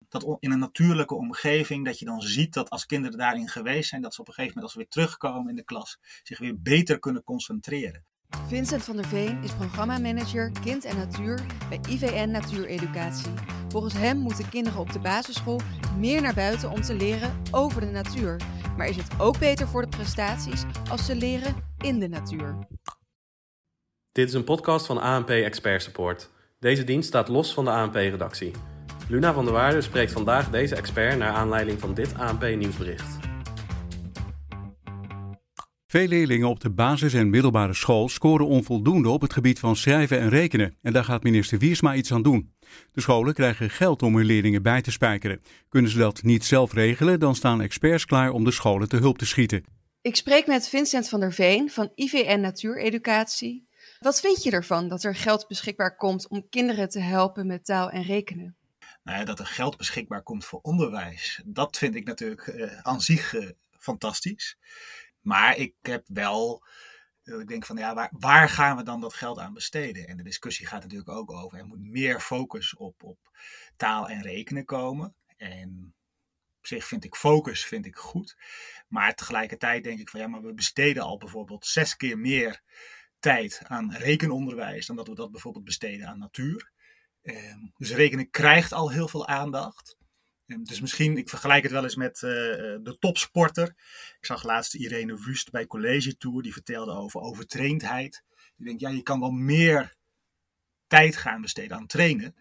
dat in een natuurlijke omgeving, dat je dan ziet dat als kinderen daarin geweest zijn, dat ze op een gegeven moment als ze weer terugkomen in de klas, zich weer beter kunnen concentreren. Vincent van der Veen is programmamanager Kind en Natuur bij IVN Natuureducatie. Volgens hem moeten kinderen op de basisschool meer naar buiten om te leren over de natuur. Maar is het ook beter voor de prestaties als ze leren in de natuur? Dit is een podcast van ANP Expert Support. Deze dienst staat los van de ANP-redactie. Luna van der Waarde spreekt vandaag deze expert naar aanleiding van dit ANP-nieuwsbericht. Veel leerlingen op de basis- en middelbare school scoren onvoldoende op het gebied van schrijven en rekenen. En daar gaat minister Wiersma iets aan doen. De scholen krijgen geld om hun leerlingen bij te spijkeren. Kunnen ze dat niet zelf regelen, dan staan experts klaar om de scholen te hulp te schieten. Ik spreek met Vincent van der Veen van IVN Natuureducatie. Wat vind je ervan dat er geld beschikbaar komt om kinderen te helpen met taal en rekenen? Nou ja, dat er geld beschikbaar komt voor onderwijs, dat vind ik natuurlijk aan zich fantastisch. Maar ik heb wel, ik denk van ja, waar gaan we dan dat geld aan besteden? En de discussie gaat natuurlijk ook over, er moet meer focus op taal en rekenen komen. En op zich vind ik focus goed. Maar tegelijkertijd denk ik van ja, maar we besteden al bijvoorbeeld 6 keer meer tijd aan rekenonderwijs dan dat we dat bijvoorbeeld besteden aan natuur. Dus rekenen krijgt al heel veel aandacht. Dus misschien, ik vergelijk het wel eens met de topsporter. Ik zag laatst Irene Wust bij College Tour, die vertelde over overtraindheid. Ik denk, ja, je kan wel meer tijd gaan besteden aan trainen.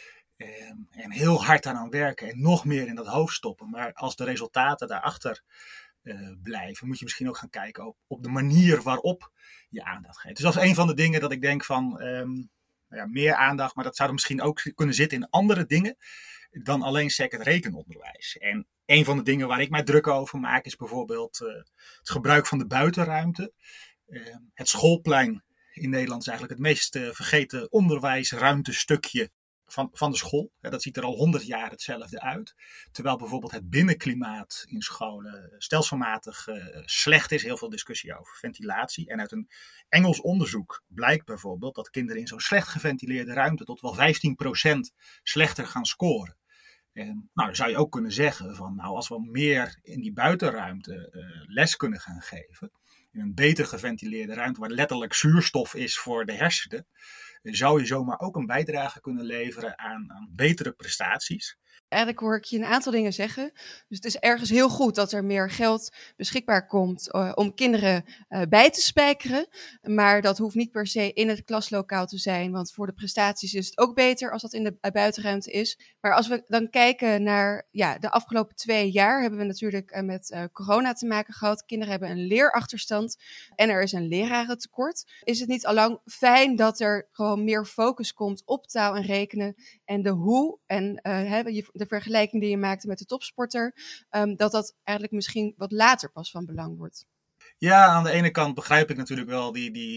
En heel hard aan werken en nog meer in dat hoofd stoppen. Maar als de resultaten daarachter blijven, moet je misschien ook gaan kijken op de manier waarop je aandacht geeft. Dus dat is een van de dingen dat ik denk van meer aandacht, maar dat zou er misschien ook kunnen zitten in andere dingen dan alleen second rekenonderwijs. En een van de dingen waar ik mij druk over maak is bijvoorbeeld het gebruik van de buitenruimte. Het schoolplein in Nederland is eigenlijk het meest vergeten onderwijsruimtestukje van de school. Dat ziet er al 100 jaar hetzelfde uit. Terwijl bijvoorbeeld het binnenklimaat in scholen stelselmatig slecht is. Heel veel discussie over ventilatie. En uit een Engels onderzoek blijkt bijvoorbeeld dat kinderen in zo'n slecht geventileerde ruimte tot wel 15% slechter gaan scoren. En, dan zou je ook kunnen zeggen van als we meer in die buitenruimte les kunnen gaan geven, in een beter geventileerde ruimte waar letterlijk zuurstof is voor de hersenen, zou je zomaar ook een bijdrage kunnen leveren aan betere prestaties. Eigenlijk hoor ik je een aantal dingen zeggen. Dus het is ergens heel goed dat er meer geld beschikbaar komt om kinderen bij te spijkeren. Maar dat hoeft niet per se in het klaslokaal te zijn. Want voor de prestaties is het ook beter als dat in de buitenruimte is. Maar als we dan kijken naar de afgelopen 2 jaar hebben we natuurlijk met corona te maken gehad. Kinderen hebben een leerachterstand en er is een lerarentekort. Is het niet allang fijn dat er gewoon meer focus komt op taal en rekenen en de hoe en de vergelijking die je maakte met de topsporter, dat eigenlijk misschien wat later pas van belang wordt? Ja, aan de ene kant begrijp ik natuurlijk wel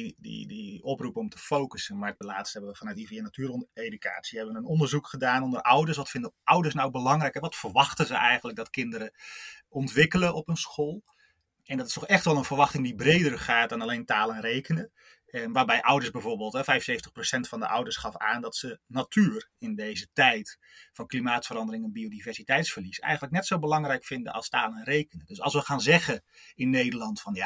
die oproep om te focussen. Maar laatst hebben we vanuit IVN Natuureducatie een onderzoek gedaan onder ouders. Wat vinden ouders nou belangrijk en wat verwachten ze eigenlijk dat kinderen ontwikkelen op een school? En dat is toch echt wel een verwachting die breder gaat dan alleen taal en rekenen. Waarbij ouders bijvoorbeeld, 75% van de ouders gaf aan dat ze natuur in deze tijd van klimaatverandering en biodiversiteitsverlies eigenlijk net zo belangrijk vinden als taal en rekenen. Dus als we gaan zeggen in Nederland van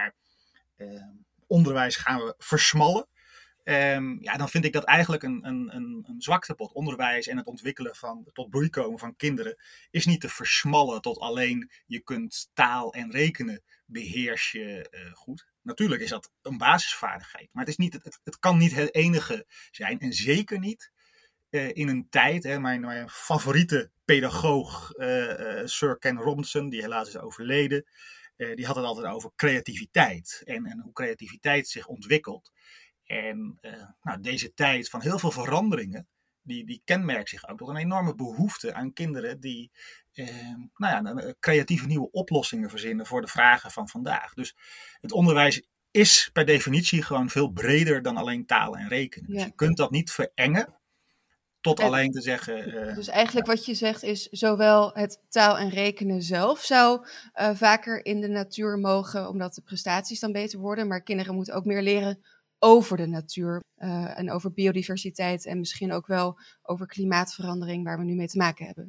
onderwijs gaan we versmallen. Dan vind ik dat eigenlijk een zwaktepot. Onderwijs en het ontwikkelen tot bloei komen van kinderen is niet te versmallen tot alleen je kunt taal en rekenen beheers je goed. Natuurlijk is dat een basisvaardigheid, maar het kan niet het enige zijn. En zeker niet in een tijd, mijn favoriete pedagoog Sir Ken Robinson, die helaas is overleden, die had het altijd over creativiteit en hoe creativiteit zich ontwikkelt. En deze tijd van heel veel veranderingen, die kenmerkt zich ook door een enorme behoefte aan kinderen die creatieve nieuwe oplossingen verzinnen voor de vragen van vandaag. Dus het onderwijs is per definitie gewoon veel breder dan alleen taal en rekenen. Dus je kunt dat niet verengen tot alleen te zeggen. Dus eigenlijk wat je zegt is, zowel het taal en rekenen zelf zou vaker in de natuur mogen, omdat de prestaties dan beter worden. Maar kinderen moeten ook meer leren over de natuur en over biodiversiteit en misschien ook wel over klimaatverandering waar we nu mee te maken hebben.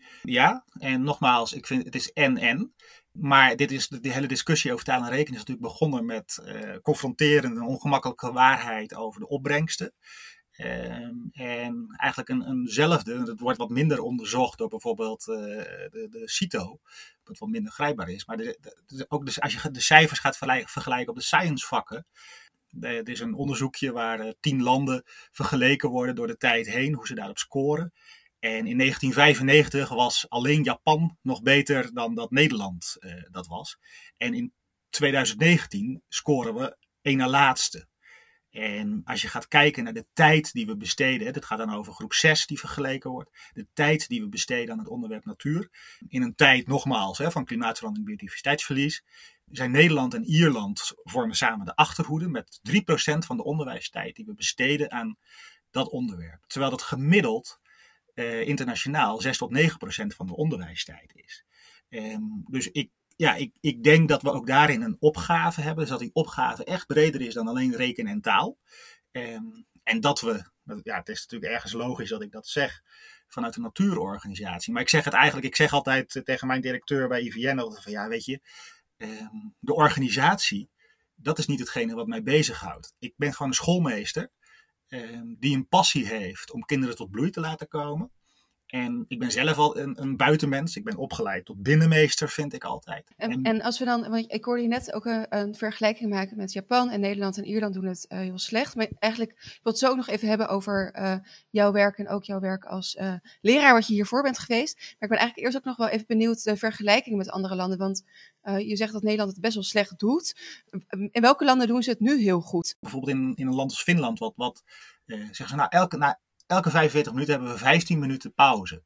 Ja, en nogmaals, ik vind het is en. Maar de hele discussie over taal en rekenen is natuurlijk begonnen met confronterende en ongemakkelijke waarheid over de opbrengsten. En eigenlijk eenzelfde, dat wordt wat minder onderzocht door bijvoorbeeld de CITO, wat wat minder grijpbaar is. Maar ook als je de cijfers gaat vergelijken op de science vakken, er is een onderzoekje waar 10 landen vergeleken worden door de tijd heen, hoe ze daarop scoren. En in 1995 was alleen Japan nog beter dan dat Nederland dat was. En in 2019 scoren we één na laatste. En als je gaat kijken naar de tijd die we besteden, het gaat dan over groep 6 die vergeleken wordt, de tijd die we besteden aan het onderwerp natuur, in een tijd nogmaals van klimaatverandering en biodiversiteitsverlies, zijn Nederland en Ierland vormen samen de achterhoede met 3% van de onderwijstijd die we besteden aan dat onderwerp. Terwijl dat gemiddeld internationaal 6 tot 9% van de onderwijstijd is. Dus ik denk dat we ook daarin een opgave hebben. Dus dat die opgave echt breder is dan alleen rekenen en taal. En dat we, het is natuurlijk ergens logisch dat ik dat zeg vanuit een natuurorganisatie. Maar ik zeg altijd tegen mijn directeur bij IVN altijd van weet je, de organisatie, dat is niet hetgene wat mij bezighoudt. Ik ben gewoon een schoolmeester die een passie heeft om kinderen tot bloei te laten komen. En ik ben zelf al een buitenmens. Ik ben opgeleid tot binnenmeester, vind ik altijd. En als we dan, want ik hoorde je net ook een vergelijking maken met Japan en Nederland en Ierland doen het heel slecht. Maar eigenlijk, ik wil het zo ook nog even hebben over jouw werk en ook jouw werk als leraar, wat je hiervoor bent geweest. Maar ik ben eigenlijk eerst ook nog wel even benieuwd de vergelijking met andere landen. Want je zegt dat Nederland het best wel slecht doet. In welke landen doen ze het nu heel goed? Bijvoorbeeld in een land als Finland, zeggen ze elke 45 minuten hebben we 15 minuten pauze.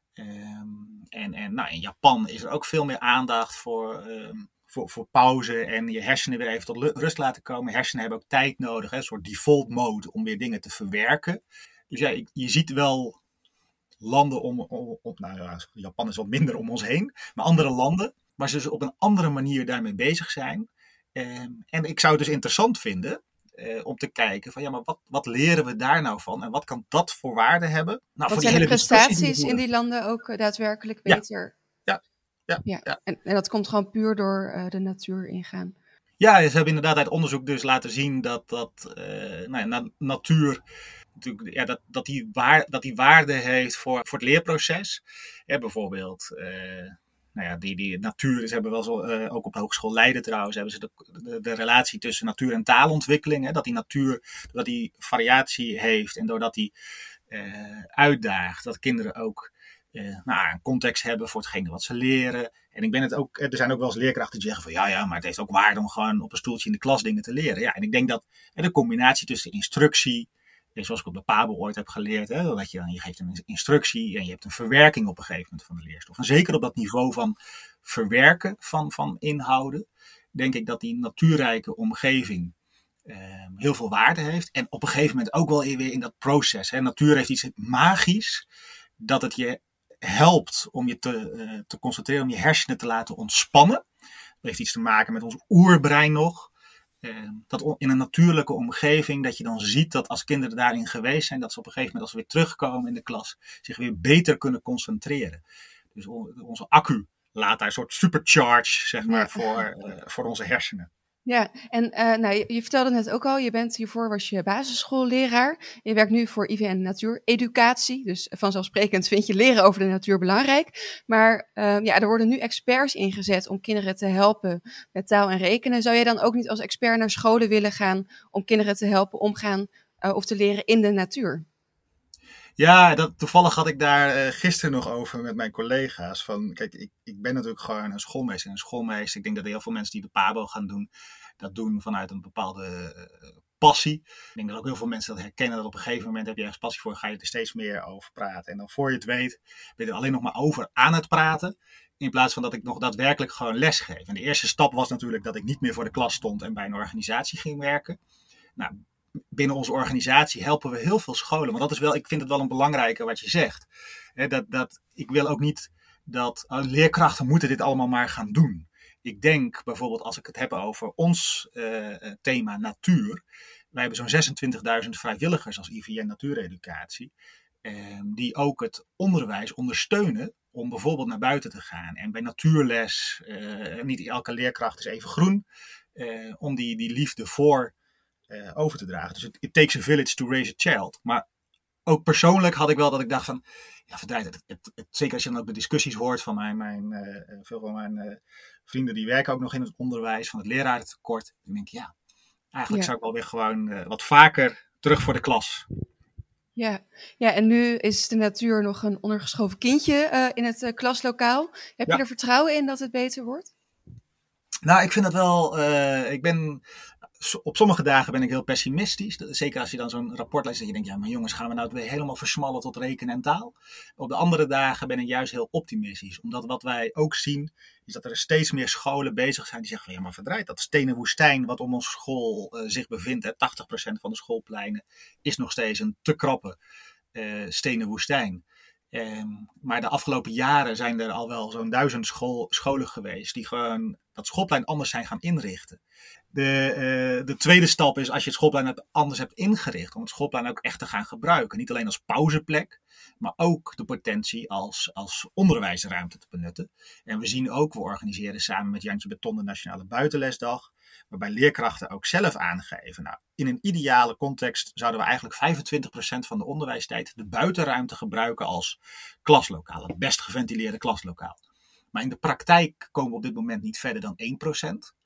In Japan is er ook veel meer aandacht voor pauze en je hersenen weer even tot rust laten komen. Hersenen hebben ook tijd nodig, een soort default mode om weer dingen te verwerken. Dus je ziet wel landen Japan is wat minder om ons heen, maar andere landen waar ze dus op een andere manier daarmee bezig zijn. En ik zou het dus interessant vinden om te kijken van maar wat leren we daar nou van en wat kan dat voor waarde hebben? Nou, wat voor zijn de prestaties in die landen ook daadwerkelijk beter? Ja. En dat komt gewoon puur door de natuur ingaan. Ja, ze hebben inderdaad uit onderzoek dus laten zien dat natuur natuurlijk, dat die waarde heeft voor het leerproces. Bijvoorbeeld die natuur, ze hebben wel zo, ook op de Hogeschool Leiden trouwens, hebben ze de relatie tussen natuur en taalontwikkeling. Dat die natuur, doordat die variatie heeft en doordat die uitdaagt, dat kinderen ook een context hebben voor hetgene wat ze leren. En ik ben het ook, er zijn ook wel eens leerkrachten die zeggen van maar het heeft ook waarde om gewoon op een stoeltje in de klas dingen te leren. Ja, en ik denk dat de combinatie tussen instructie, zoals ik op de PABO ooit heb geleerd, dat je geeft een instructie en je hebt een verwerking op een gegeven moment van de leerstof. En zeker op dat niveau van verwerken van inhouden, denk ik dat die natuurrijke omgeving heel veel waarde heeft. En op een gegeven moment ook wel weer in dat proces. Natuur heeft iets magisch, dat het je helpt om je te concentreren, om je hersenen te laten ontspannen. Dat heeft iets te maken met ons oerbrein nog. Dat in een natuurlijke omgeving, dat je dan ziet dat als kinderen daarin geweest zijn, dat ze op een gegeven moment, als ze weer terugkomen in de klas, zich weer beter kunnen concentreren. Dus onze accu laat daar een soort supercharge, zeg maar, voor onze hersenen. Ja, en je vertelde net ook al, hiervoor was je basisschoolleraar. Je werkt nu voor IVN Natuureducatie, dus vanzelfsprekend vind je leren over de natuur belangrijk. Maar er worden nu experts ingezet om kinderen te helpen met taal en rekenen. Zou jij dan ook niet als expert naar scholen willen gaan om kinderen te helpen omgaan of te leren in de natuur? Ja, toevallig had ik daar gisteren nog over met mijn collega's. Kijk, ik ben natuurlijk gewoon een schoolmeester. En een schoolmeester, ik denk dat heel veel mensen die de PABO gaan doen, dat doen vanuit een bepaalde passie. Ik denk dat ook heel veel mensen dat herkennen, dat op een gegeven moment heb je ergens passie voor, ga je er steeds meer over praten. En dan voor je het weet, ben je er alleen nog maar over aan het praten, in plaats van dat ik nog daadwerkelijk gewoon les geef. En de eerste stap was natuurlijk dat ik niet meer voor de klas stond en bij een organisatie ging werken. Nou, binnen onze organisatie helpen we heel veel scholen. Want dat is wel, ik vind het wel een belangrijke wat je zegt. Ik wil ook niet dat leerkrachten moeten dit allemaal maar gaan doen. Ik denk bijvoorbeeld als ik het heb over ons thema natuur. Wij hebben zo'n 26.000 vrijwilligers als IVN Natuureducatie. Die ook het onderwijs ondersteunen om bijvoorbeeld naar buiten te gaan. En bij natuurles, niet elke leerkracht is even groen, om die liefde voor over te dragen. Dus it takes a village to raise a child. Maar ook persoonlijk had ik wel dat ik dacht van, ja, verdraaid, zeker als je dan ook de discussies hoort van veel van mijn vrienden die werken ook nog in het onderwijs, van het lerarentekort. Dan denk ik, ja, eigenlijk zou ik wel weer gewoon wat vaker terug voor de klas. Ja, en nu is de natuur nog een ondergeschoven kindje in het klaslokaal. Heb je er vertrouwen in dat het beter wordt? Nou, ik vind dat wel, op sommige dagen ben ik heel pessimistisch. Zeker als je dan zo'n rapport leest dat je denkt, ja maar jongens, gaan we nou weer helemaal versmallen tot rekenen en taal? Op de andere dagen ben ik juist heel optimistisch. Omdat wat wij ook zien, is dat er steeds meer scholen bezig zijn die zeggen van, ja maar verdraaid, dat stenen woestijn wat om onze school zich bevindt, 80% van de schoolpleinen is nog steeds een te krappe stenen woestijn. Maar de afgelopen jaren zijn er al wel zo'n 1000 scholen geweest die gewoon dat schoolplein anders zijn gaan inrichten. De tweede stap is als je het schoolplein anders hebt ingericht, om het schoolplein ook echt te gaan gebruiken. Niet alleen als pauzeplek, maar ook de potentie als onderwijsruimte te benutten. En we zien ook, we organiseren samen met Jantje Beton de Nationale Buitenlesdag, waarbij leerkrachten ook zelf aangeven. Nou, in een ideale context zouden we eigenlijk 25% van de onderwijstijd de buitenruimte gebruiken als klaslokaal, het best geventileerde klaslokaal. Maar in de praktijk komen we op dit moment niet verder dan 1%.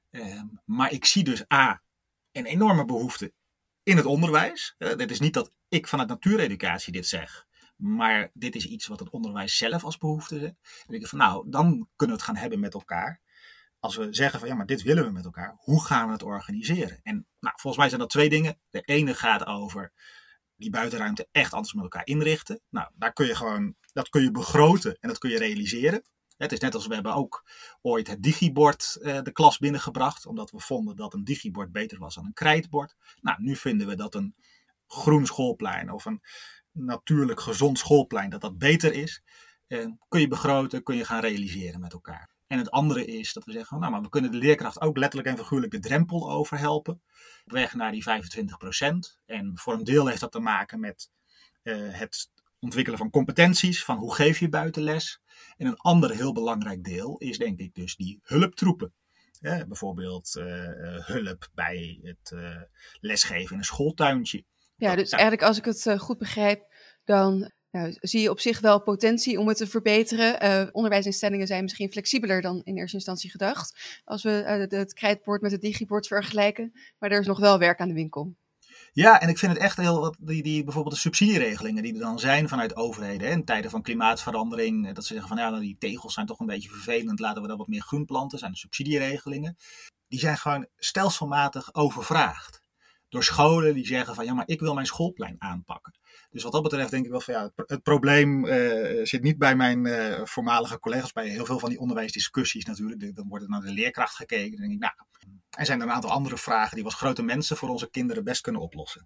Maar ik zie dus een enorme behoefte in het onderwijs. Het is niet dat ik vanuit natuureducatie dit zeg, maar dit is iets wat het onderwijs zelf als behoefte zet. Dan denk ik van, nou, dan kunnen we het gaan hebben met elkaar. Als we zeggen van, ja, maar dit willen we met elkaar. Hoe gaan we het organiseren? En nou, volgens mij zijn dat 2 dingen. De ene gaat over die buitenruimte echt anders met elkaar inrichten. Nou, dat kun je begroten en dat kun je realiseren. Het is net als we hebben ook ooit het digibord de klas binnengebracht, omdat we vonden dat een digibord beter was dan een krijtbord. Nou, nu vinden we dat een groen schoolplein of een natuurlijk gezond schoolplein, dat beter is. Kun je begroten, kun je gaan realiseren met elkaar. En het andere is dat we zeggen, nou, maar we kunnen de leerkracht ook letterlijk en figuurlijk de drempel overhelpen. Op weg naar die 25%. En voor een deel heeft dat te maken met het ontwikkelen van competenties, van hoe geef je buitenles. En een ander heel belangrijk deel is denk ik dus die hulptroepen. Bijvoorbeeld hulp bij het lesgeven in een schooltuintje. Ja, dus eigenlijk als ik het goed begrijp, dan zie je op zich wel potentie om het te verbeteren. Onderwijsinstellingen zijn misschien flexibeler dan in eerste instantie gedacht. Als we het krijtbord met het digibord vergelijken. Maar er is nog wel werk aan de winkel. Ja, en ik vind het echt heel, bijvoorbeeld de subsidieregelingen die er dan zijn vanuit overheden. In tijden van klimaatverandering, dat ze zeggen van ja, die tegels zijn toch een beetje vervelend, laten we dan wat meer groen planten, zijn de subsidieregelingen. Die zijn gewoon stelselmatig overvraagd. Door scholen die zeggen van ja, maar ik wil mijn schoolplein aanpakken. Dus wat dat betreft denk ik wel van ja, het probleem zit niet bij mijn voormalige collega's, bij heel veel van die onderwijsdiscussies natuurlijk. Dan wordt naar de leerkracht gekeken. Dan denk ik, nou, er zijn er een aantal andere vragen die we als grote mensen voor onze kinderen best kunnen oplossen.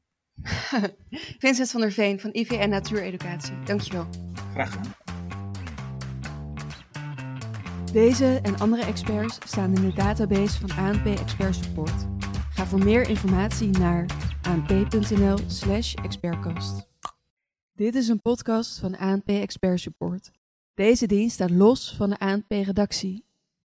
Vincent van der Veen van IVN Natuureducatie, dankjewel. Graag gedaan. Deze en andere experts staan in de database van ANP Expert Support. Ga voor meer informatie naar anp.nl/expertcast. Dit is een podcast van ANP Expert Support. Deze dienst staat los van de ANP-redactie